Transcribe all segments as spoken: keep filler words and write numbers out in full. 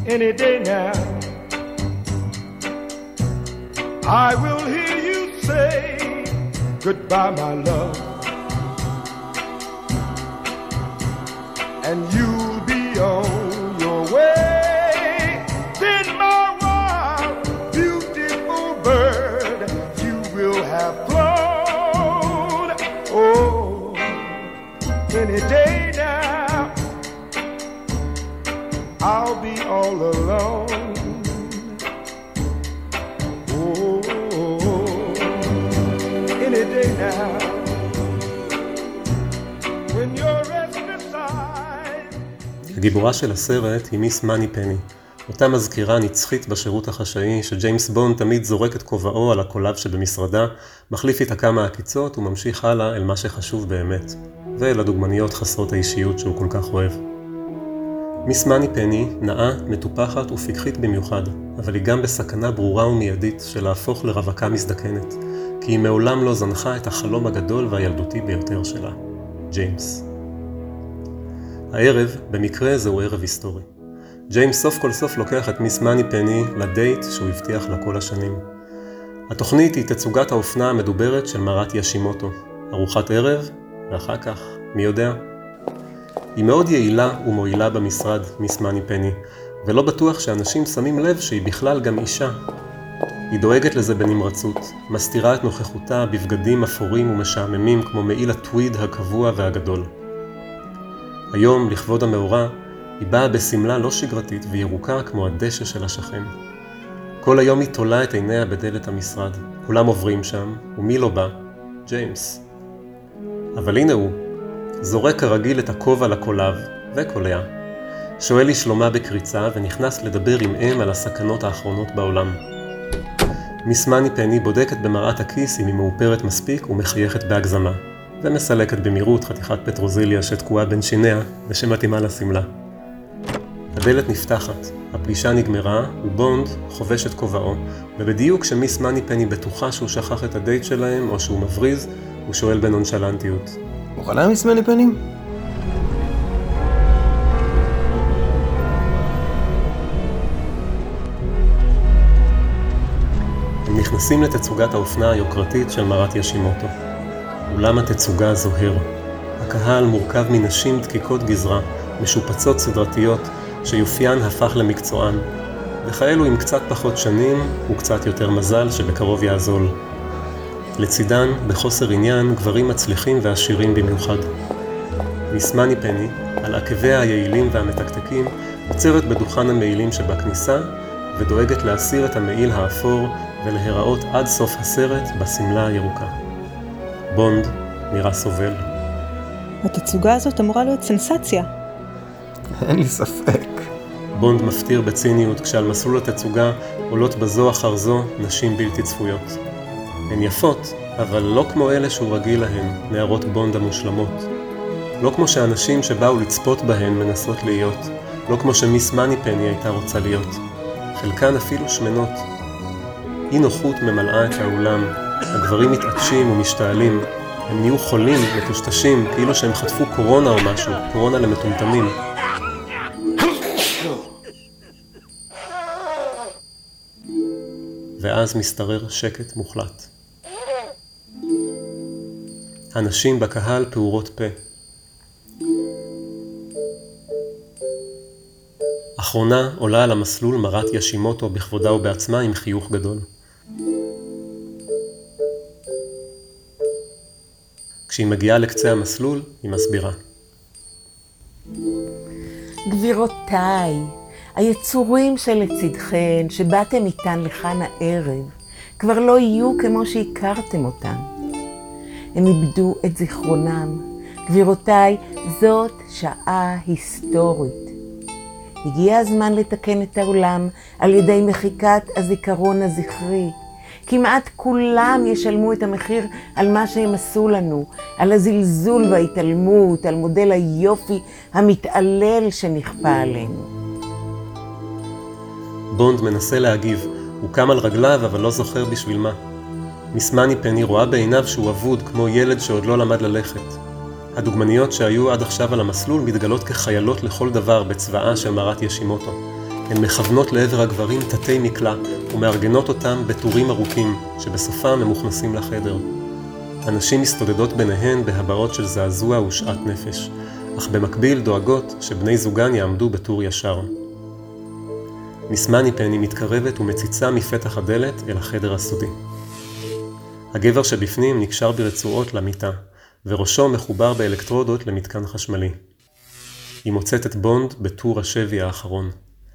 any day now. I will hear you say goodbye, my love, and you'll be on your way. Then my wild, beautiful bird, you will have flown. Oh, any day now, I'll be all alone. הגיבורה של הסרט היא מיס מאני פני, אותה מזכירה נצחית בשירות החשאי שג'יימס בונד תמיד זורק את כובעו על הקולב שבמשרדה, מחליף איתה כמה עקיצות וממשיך הלאה אל מה שחשוב באמת, ואל הדוגמניות חסרות האישיות שהוא כל כך אוהב. מיס מאני פני נאה, מטופחת ופיקחית במיוחד, אבל היא גם בסכנה ברורה ומיידית של להפוך לרווקה מזדקנת, כי היא מעולם לא זנחה את החלום הגדול והילדותי ביותר שלה, ג'יימס. הערב, במקרה זהו ערב היסטורי. ג'יימס סוף כל סוף לוקח את מיס מאני פני לדייט שהוא הבטיח לה כל השנים. התוכנית היא תצוגת האופנה המדוברת של מרת ישימוטו, ארוחת ערב, ואחר כך, מי יודע? היא מאוד יעילה ומועילה במשרד, מיס מאני פני, ולא בטוח שאנשים שמים לב שהיא בכלל גם אישה. היא דואגת לזה בנמרצות, מסתירה את נוכחותה בבגדים אפורים ומשעממים כמו מעיל הטוויד הקבוע והגדול. היום, לכבוד המאורע, היא באה בסמלה לא שגרתית וירוקה כמו הדשא של השכן. כל היום היא תולה את עיניה בדלת המשרד, כולם עוברים שם, ומי לא בא? ג'יימס. אבל הנה הוא, זורק כרגיל את הכובע לקולב, וקולע. שואל לי שלומה בקריצה ונכנס לדבר עם אם על הסכנות האחרונות בעולם. מיס מאני פני בודקת במראת הכיס אם היא מאופרת מספיק ומחייכת בהגזמה, ומסלקת במהירות חתיכת פטרוזיליה שתקועה בין שיניה ושמתאימה לסמלה. הדלת נפתחת, הפלישה נגמרה ובונד חובש את כובעו, ובדיוק כשמיס מאני פני בטוחה שהוא שכח את הדייט שלהם או שהוא מבריז, הוא שואל בנונשלנטיות. מוכנה מיס מאני פני? הם נכנסים לתצוגת האופנה היוקרתית של מרת ישימוטו. אולם התצוגה זוהר. הקהל מורכב מנשים דקיקות גזרה, משופצות סדרתיות, שיופיין הפך למקצוען, וכאלו עם קצת פחות שנים וקצת יותר מזל שבקרוב יעזול. לצידן, בחוסר עניין, גברים מצליחים ועשירים במיוחד. מיס מאני פני, על עקביה היעילים והמתקתקים, עוצרת בדוכן המעילים שבכניסה, ודואגת להסיר את המעיל האפור ולהיראות עד סוף הסרט בסמלה הירוקה. בונד נראה סובל. התצוגה הזאת אמורה להיות סנסציה. אין לי ספק. בונד מפתיר בציניות כשעל מסלול התצוגה עולות בזו אחר זו נשים בלתי צפויות. הן יפות, אבל לא כמו אלה שהוא רגיל להן, נערות בונד המושלמות. לא כמו שאנשים שבאו לצפות בהן מנסות להיות, לא כמו שמיס מאני פני הייתה רוצה להיות. חלקן אפילו שמנות. אי נוחות ממלאה את האולם, הגברים מתעקשים ומשתעלים, הם נהיו חולים, מטושטשים, כאילו שהם חטפו קורונה או משהו, קורונה למטומטמים. ואז מסתרר שקט מוחלט. הנשים בקהל פעורות פה. אחרונה עולה על המסלול מרת ישימוטו בכבודה ובעצמה עם חיוך גדול. כשהיא מגיעה לקצה המסלול, היא מסבירה. גבירותיי, היצורים שלצדכן, שבאתם איתן לכאן הערב, כבר לא יהיו כמו שהכרתם אותם. הם איבדו את זיכרונם. גבירותיי, זאת שעה היסטורית. הגיע הזמן לתקן את העולם על ידי מחיקת הזיכרון הזכרי. כמעט כולם ישלמו את המחיר על מה שהם עשו לנו, על הזלזול וההתעלמות, על מודל היופי המתעלל שנכפה עלינו. בונד מנסה להגיב, הוא קם על רגליו אבל לא זוכר בשביל מה. מיס מאני פני רואה בעיניו שהוא אבוד כמו ילד שעוד לא למד ללכת. הדוגמניות שהיו עד עכשיו על המסלול מתגלות כחיילות לכל דבר בצבאה של מרת ישימוטו. הן מכוונות לעבר הגברים תתי מקלע ומארגנות אותם בטורים ארוכים שבסופם הם מוכנסים לחדר. הנשים מסתודדות ביניהן בהבעות של זעזוע ושאט נפש, אך במקביל דואגות שבני זוגן יעמדו בטור ישר. מיס מניפני מתקרבת ומציצה מפתח הדלת אל החדר הסודי. הגבר שבפנים נקשר ברצועות למיטה, וראשו מחובר באלקטרודות למתקן חשמלי. היא מוצאת את בונד בטור השבי האחרון.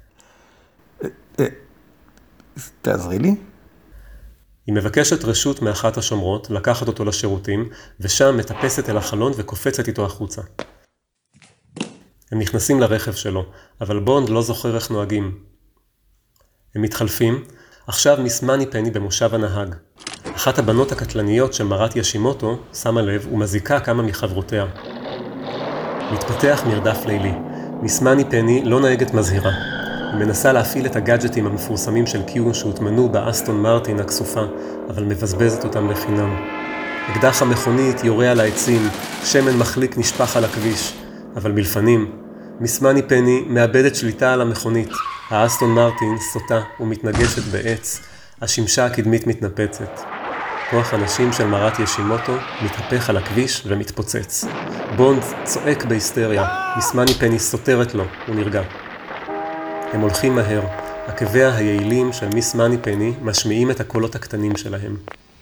תעזרי לי? היא מבקשת רשות מאחת השומרות לקחת אותו לשירותים, ושם מטפסת אל החלון וקופצת איתו החוצה. הם נכנסים לרכב שלו, אבל בונד לא זוכר איך נוהגים. הם מתחלפים, עכשיו מיס מניפני במושב הנהג. אחת הבנות הקטלניות של מרת ישימוטו שמה לב ומזיקה כמה מחברותיה. מתפתח מרדף לילי. מיס מניפני לא נהגת מזהירה. היא מנסה להפעיל את הגאדג'טים המפורסמים של קיו שהוטמנו באסטון מרטין הכסופה, אבל מבזבזת אותם לחינם. אקדח המכונית יורה על העצים, שמן מחליק נשפך על הכביש, אבל מלפנים, מיס מניפני מאבדת שליטה על המכונית. האסטון מרטין סוטה ומתנגשת בעץ, השמשה הקדמית מתנפצת. כוח הנשים של מרת ישימוטו מתהפך על הכביש ומתפוצץ. בונד צועק בהיסטריה, מיס מניפני סותרת לו, הוא נרגע. הם הולכים מהר, עקביה היעילים של מיס מניפני משמיעים את הקולות הקטנים שלהם.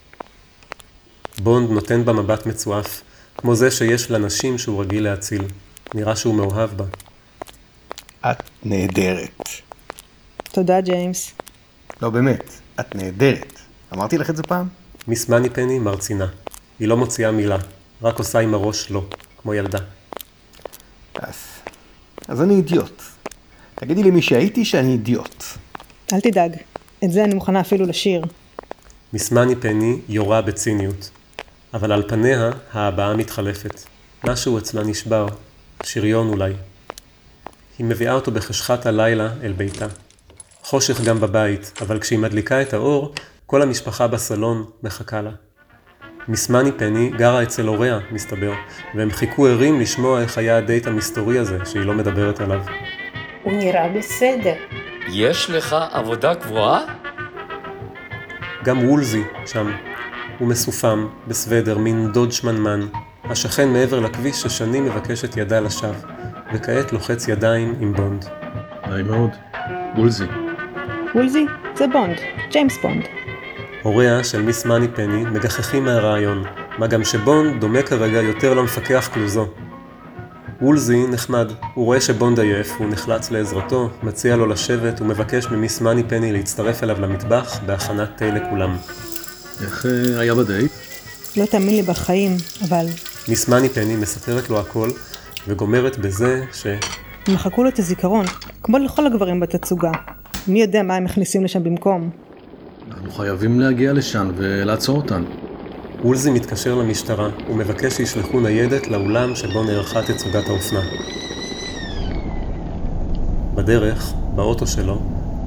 בונד נותן בה מבט מצואף, כמו זה שיש לנשים שהוא רגיל להציל. נראה שהוא מאוהב בה. את נהדרת. תודה, ג'יימס. לא באמת, את נהדרת. אמרתי לך את זה פעם? מיס מניפני מרצינה. היא לא מוציאה מילה, רק עושה עם הראש לא, כמו ילדה. אז, אז אני אידיוט. תגידי לי מי שהייתי שאני אידיוט. אל תדאג, את זה אני מוכנה אפילו לשיר. מיס מניפני יורה בציניות, אבל על פניה ההבעה מתחלפת. משהו אצלה נשבר, שריון אולי. היא מביאה אותו בחשכת הלילה אל ביתה. חושך גם בבית, אבל כשהיא מדליקה את האור, כל המשפחה בסלון מחכה לה. מיס מניפני גרה אצל הוריה, מסתבר, והם חיכו ערים לשמוע איך היה הדייט המסתורי הזה, שהיא לא מדברת עליו. הוא נראה בסדר. יש לך עבודה קבועה? גם וולזי שם. הוא מסופם, בסוודר, מין דוד שמנמן, השכן מעבר לכביש ששנים מבקש את ידה לשווא, וכעת לוחץ ידיים עם בונד. נעים מאוד, וולזי. וולזי, זה בונד, ג'יימס בונד. הוריה של מיס מניפני מגחכים מהרעיון, מה גם שבונד דומה כרגע יותר למפקח קלוזו. וולזי נחמד, הוא רואה שבונד עייף, הוא נחלץ לעזרתו, מציע לו לשבת ומבקש ממיס מניפני להצטרף אליו למטבח בהכנת תה לכולם. איך אה, היה בדייט? לא תאמין לי בחיים, אבל... מיס מניפני מספרת לו הכל וגומרת בזה ש... הם מחקו לו את הזיכרון, כמו לכל הגברים בתצוגה. מי יודע מה הם מכניסים לשם במקום? אנחנו חייבים להגיע לשם ולעצור אותן. וולזי מתקשר למשטרה ומבקש שישלחו ניידת לאולם שבו נערכה תצוגת האופנה. בדרך, באוטו שלו,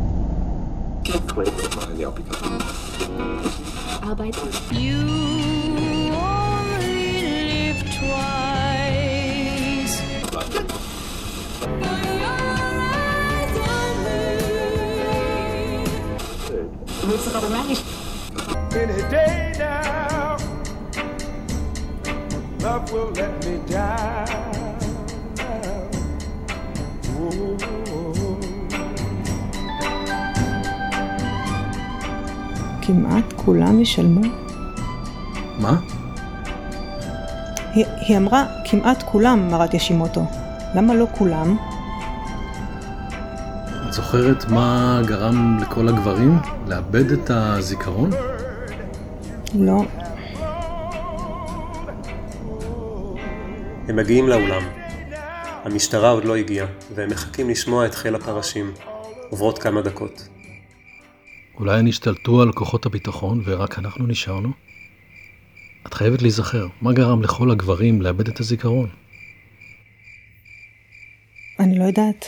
Any day now, love will let me down. Ooh. כמעט כולם ישלמו. מה? היא, היא אמרה כמעט כולם, מרת ישימוטו. למה לא כולם? את זוכרת מה גרם לכל הגברים לאבד את הזיכרון? לא. הם מגיעים לאולם. המשטרה עוד לא הגיעה, והם מחכים לשמוע את חיל הפרשים. עוברות כמה דקות. אולי הם השתלטו על כוחות הביטחון ורק אנחנו נשארנו? את חייבת להיזכר, מה גרם לכל הגברים לאבד את הזיכרון? אני לא יודעת.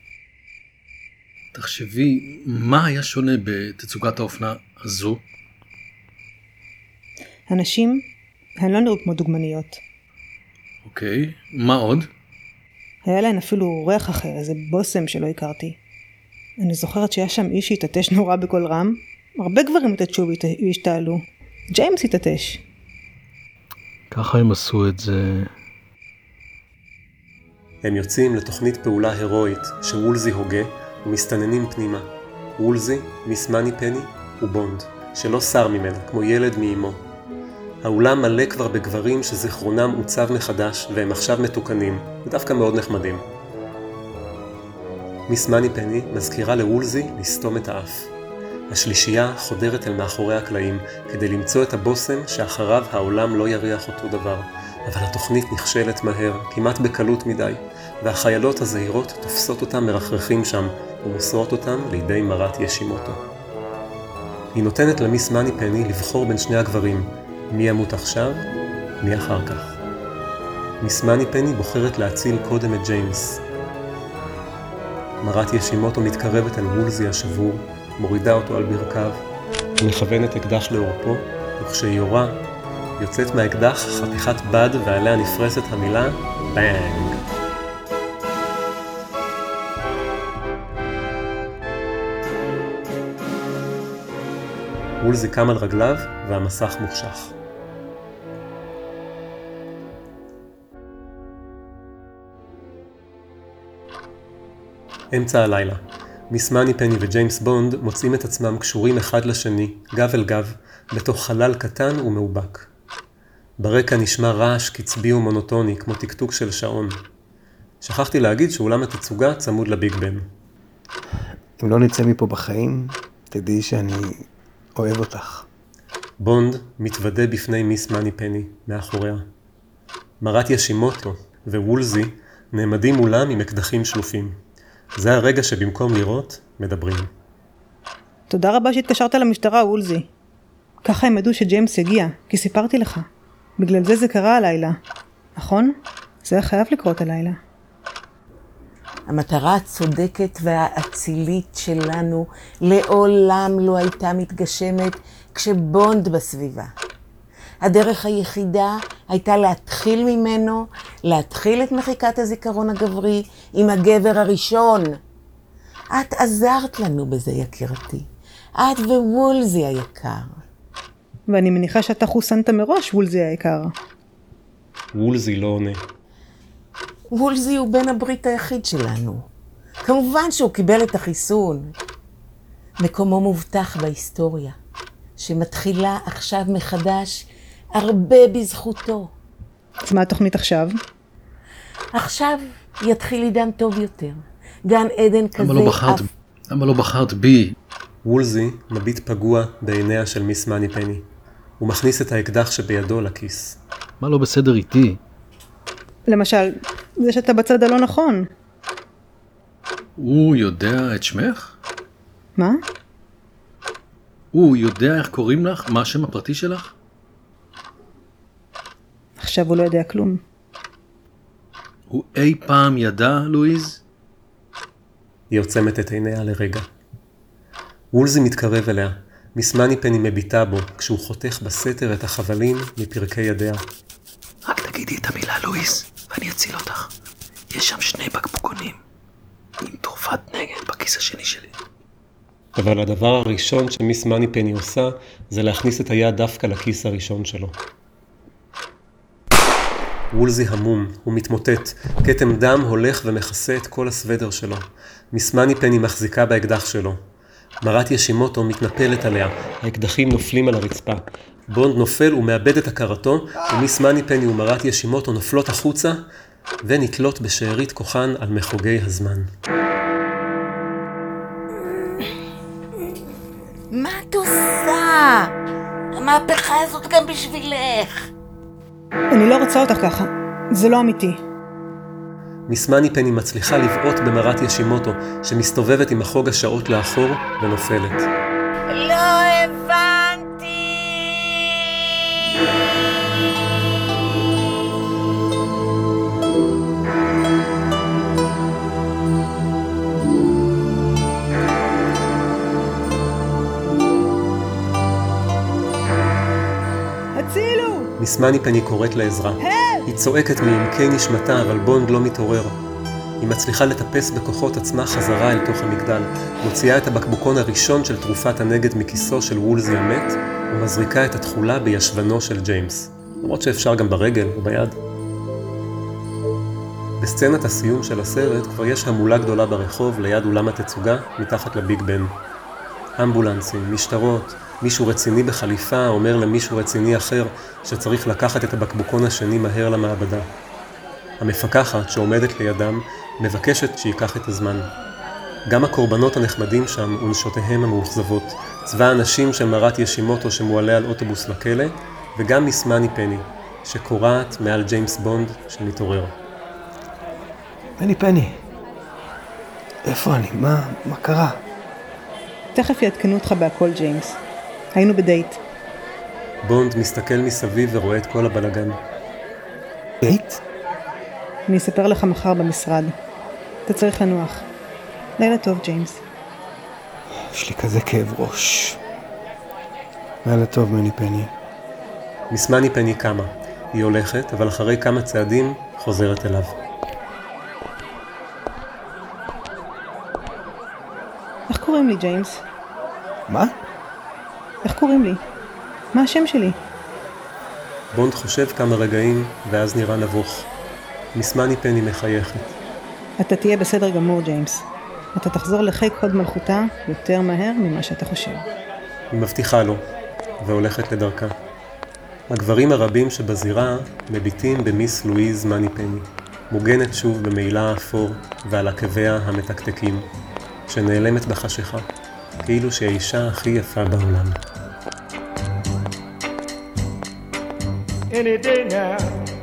תחשבי, מה היה שונה בתצוגת האופנה הזו? הנשים, הן לא נראו כמו דוגמניות. אוקיי, מה עוד? היה להן אפילו ריח אחר, איזה בוסם שלא הכרתי. אני זוכרת שהיה שם איש שהתעטש נורא בכל רם. הרבה גברים התעטשו והשתעלו. ג'יימס התעטש. ככה הם עשו את זה. הם יוצאים לתוכנית פעולה הירואית שוולזי הוגה ומסתננים פנימה. וולזי, מיס מני פני ובונד, שלא שר ממנה, כמו ילד מאמו. האולם מלא כבר בגברים שזיכרונם עוצב מחדש והם עכשיו מתוקנים, ודווקא מאוד נחמדים. מיס מני פני מזכירה לוולזי לסתום את האף. השלישייה חודרת אל מאחורי הקלעים כדי למצוא את הבוסם שאחריו העולם לא יריח אותו דבר, אבל התוכנית נכשלת מהר, כמעט בקלות מדי, והחיילות הזהירות תופסות אותם מרחרחים שם ומוסרות אותם לידי מרת ישימוטו. היא נותנת למיס מני פני לבחור בין שני הגברים, מי ימות עכשיו, מי אחר כך. מיס מני פני בוחרת להציל קודם את ג'יימס. מרת ישימוטו מתקרבת אל וולזי השבור, מורידה אותו על ברכיו, ומכוונת אקדח לעורפו, וכשהיא יורה, יוצאת מהאקדח חתיכת בד ועליה נפרסת המילה בנג. וולזי קם על רגליו והמסך מוחשך. אמצע הלילה. מיס מני פני וג'יימס בונד מוצאים את עצמם קשורים אחד לשני, גב אל גב, בתוך חלל קטן ומאובק. ברקע נשמע רעש קצבי ומונוטוני, כמו טקטוק של שעון. שכחתי להגיד שאולם התצוגה צמוד לביג בן. אם לא נצא מפה בחיים, תדעי שאני אוהב אותך. בונד מתוודה בפני מיס מני פני, מאחוריה. מרת ישימוטו ווולזי נעמדים מולם עם אקדחים שלופים. זה הרגע שבמקום לראות, מדברים. תודה רבה שהתקשרת למשטרה, וולזי. ככה הם ידעו שג'יימס הגיע, כי סיפרתי לך. בגלל זה זה קרה הלילה. נכון? זה היה חייב לקרות הלילה. המטרה הצודקת והאצילית שלנו לעולם לא הייתה מתגשמת כשבונד בסביבה. הדרך היחידה הייתה להתחיל ממנו, להתחיל את מחיקת הזיכרון הגברי עם הגבר הראשון. את עזרת לנו בזה, יקירתי. את ווולזי היקר. ואני מניחה שאתה חוסנת מראש, וולזי היקר. וולזי לא עונה. וולזי הוא בן הברית היחיד שלנו. כמובן שהוא קיבל את החיסון. מקומו מובטח בהיסטוריה, שמתחילה עכשיו מחדש הרבה בזכותו. אז מה התוכנית עכשיו? עכשיו יתחיל עידן טוב יותר. גן עדן כזה... למה לא בחרת, אף... למה לא בחרת בי? וולזי מביט פגוע בעיניה של מיס מני פני. הוא מכניס את האקדח שבידו לכיס. מה לא בסדר איתי? למשל, זה שאתה בצד הלא נכון. הוא יודע את שמך? מה? הוא יודע איך קוראים לך? מה השם הפרטי שלך? עכשיו הוא לא יודע כלום. הוא אי פעם ידע, לואיז? היא עוצמת את עיניה לרגע. וולזי מתקרב אליה. מיס מני פני מביטה בו כשהוא חותך בסתר את החבלים מפרקי ידיה. רק תגידי את המילה לואיז ואני אציל אותך. יש שם שני בקבוקונים עם תרופת נגד בכיס השני שלי. אבל הדבר הראשון שמיס מני פני עושה זה להכניס את היד דווקא לכיס הראשון שלו. וולזי המום, הוא מתמוטט, כתם דם הולך ומכסה את כל הסוודר שלו. מיס מני פני מחזיקה באקדח שלו. מרת ישימוטו מתנפלת עליה, האקדחים נופלים על הרצפה. בונד נופל ומאבד את הכרתו, ומיס מני פני ומרת ישימוטו נופלות החוצה, ונתלות בשארית כוחן על מחוגי הזמן. מה את עושה? המהפכה הזאת גם בשבילך. אני לא רוצה אותך ככה, זה לא אמיתי. מיס מני פני מצליחה לבעוט במרת ישימוטו, שמסתובבת עם החוג השעות לאחור ונופלת. לא הבנתי! הצילו! מיס מני פני קוראת לעזרה. Help! היא צועקת מעמקי נשמתה, אבל בונד לא מתעורר. היא מצליחה לטפס בכוחות עצמה חזרה אל תוך המגדל, מוציאה את הבקבוקון הראשון של תרופת הנגד מכיסו של וולזי המת, ומזריקה את התחולה בישבנו של ג'יימס, למרות שאפשר גם ברגל או ביד. בסצנת הסיום של הסרט כבר יש המולה גדולה ברחוב ליד אולם התצוגה מתחת לביג בן. אמבולנסים, משטרות, מישהו רציני בחליפה אומר למישהו רציני אחר שצריך לקחת את הבקבוקון השני מהר למעבדה. המפקחת שעומדת לידם מבקשת שיקח את הזמן. גם הקורבנות הנחמדים שם ונשותיהם המאוכזבות, צבא האנשים של מרת ישימוטו שמועלה על אוטובוס לכלא, וגם מיס מני פני שקורעת מעל ג'יימס בונד שמתעורר. מני פני, איפה אני? מה, מה קרה? תכף יעדכנו אותך בהכל, ג'יימס. היינו בדייט. בונד מסתכל מסביב ורואה את כל הבלגן. דייט? אני אספר לך מחר במשרד. אתה צריך לנוח. לילה טוב, ג'יימס. יש לי כזה כאב ראש. לילה טוב, מני פני. מיס מני פני קמה. היא הולכת, אבל אחרי כמה צעדים חוזרת אליו. איך קוראים לי, ג'יימס? מה? איך קוראים לי? מה השם שלי? בונד חושב כמה רגעים, ואז נראה נבוך. מיס מני פני מחייכת. אתה תהיה בסדר גמור, ג'יימס. אתה תחזור לחיק הוד מלכותה יותר מהר ממה שאתה חושב. היא מבטיחה לו, והולכת לדרכה. הגברים הרבים שבזירה מביטים במיס לואיז מני פני, מוגנת שוב במילה האפור ועל עקביה המתקתקים, שנעלמת בחשיכה, כאילו שהיא האישה הכי יפה בעולם. Any day now,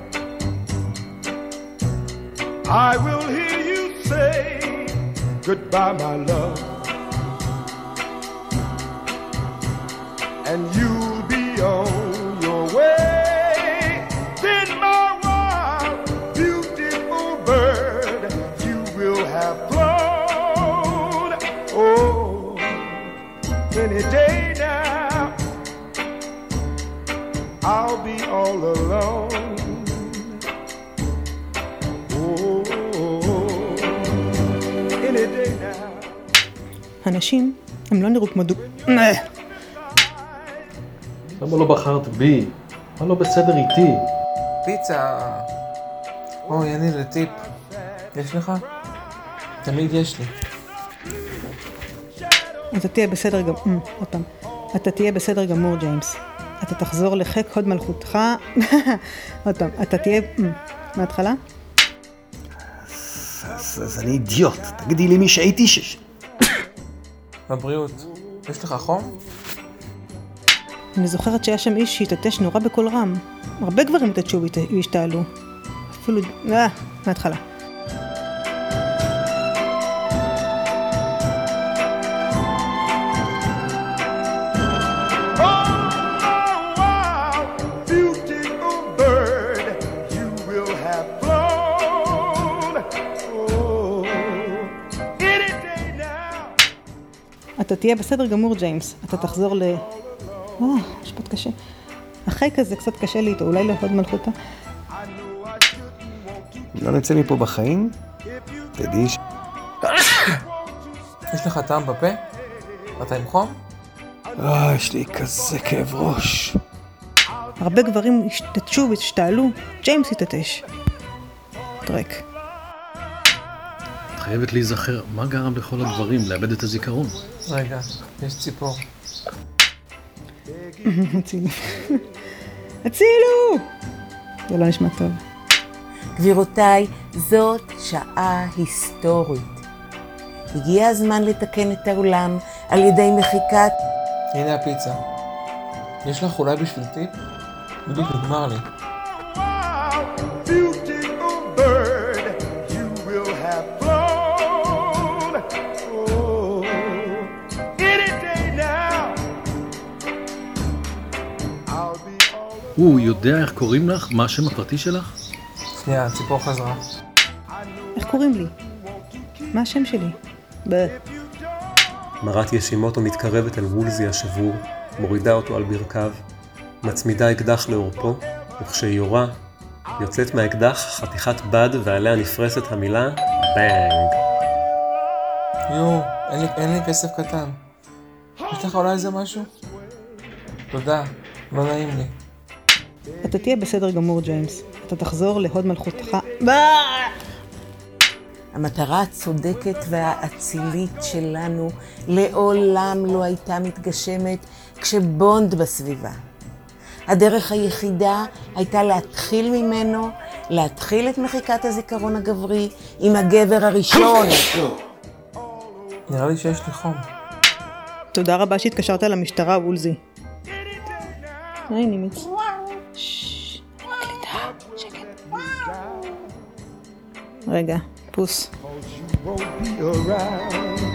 I will hear you say goodbye, my love, and you'll be on your way. Then my wild, beautiful bird, you will have flown. Oh, any day now, I'll be all alone. Oh, any day now. הנשים הם לא נראו כמו דו... למה לא בחרת בי? מה לא בסדר איתי? פיצה. אוי, אני לטיפ. יש לך? תמיד יש לי. אתה תהיה בסדר גמור... עוד פעם. אתה תהיה בסדר גמור, ג'יימס. אתה תחזור לחיק הוד מלכותך... עוד פעם. אתה תהיה... מההתחלה? אז, אז אני אידיוט. תגידי לי מי שהייתי ש... בבריאות. יש לך חום? אני זוכרת שהיה שם איש שהתעטש נורא בקול רם. הרבה גברים התעטשו והשתעלו. אפילו... אה, מההתחלה. אתה תהיה בסדר גמור, ג'יימס. אתה תחזור ל... אה, משפט קשה. אחרי כזה קצת קשה לי איתו, אולי להוד מלכותה. לא נצא מפה בחיים? תדעי ש... יש לך טעם בפה? אתה עם חום? אה, יש לי כזה כאב ראש. הרבה גברים השתתשו והשתעלו, ג'יימס התעטש. טרק. את חייבת להיזכר, מה גרם לכל הדברים לאבד את הזיכרון? רגע, יש ציפור. הצילו. הצילו! זה לא נשמע טוב. גבירותיי, זאת שעה היסטורית. הגיע הזמן לתקן את העולם על ידי מחיקת... הנה הפיצה. יש לך אולי בשביל טיפ? בדיוק נגמר לי. הוא יודע איך קוראים לך? מה השם הפרטי שלך? שנייה, הציפור חזרה. איך קוראים לי? מה השם שלי? ב... מרת ישימוטו מתקרבת אל וולזי השבור, מורידה אותו על ברכיו, מצמידה אקדח לאורפו, וכשהיא יורה, יוצאת מהאקדח חתיכת בד ועליה נפרסת המילה בנג. יו, אין לי, אין לי כסף קטן. יש לך אולי איזה משהו? תודה, לא נעים לי. אתה תהיה בסדר גמור, ג'יימס. אתה תחזור להוד מלכותך. המטרה הצודקת והאצילית שלנו לעולם לא הייתה מתגשמת כשבונד בסביבה. הדרך היחידה הייתה להתחיל ממנו, להתחיל את מחיקת הזיכרון הגברי עם הגבר הראשון. נראה לי שיש לי חום. תודה רבה שהתקשרת למשטרה, וולזי. היי, נימיץ. רגע, פוס. You won't be around.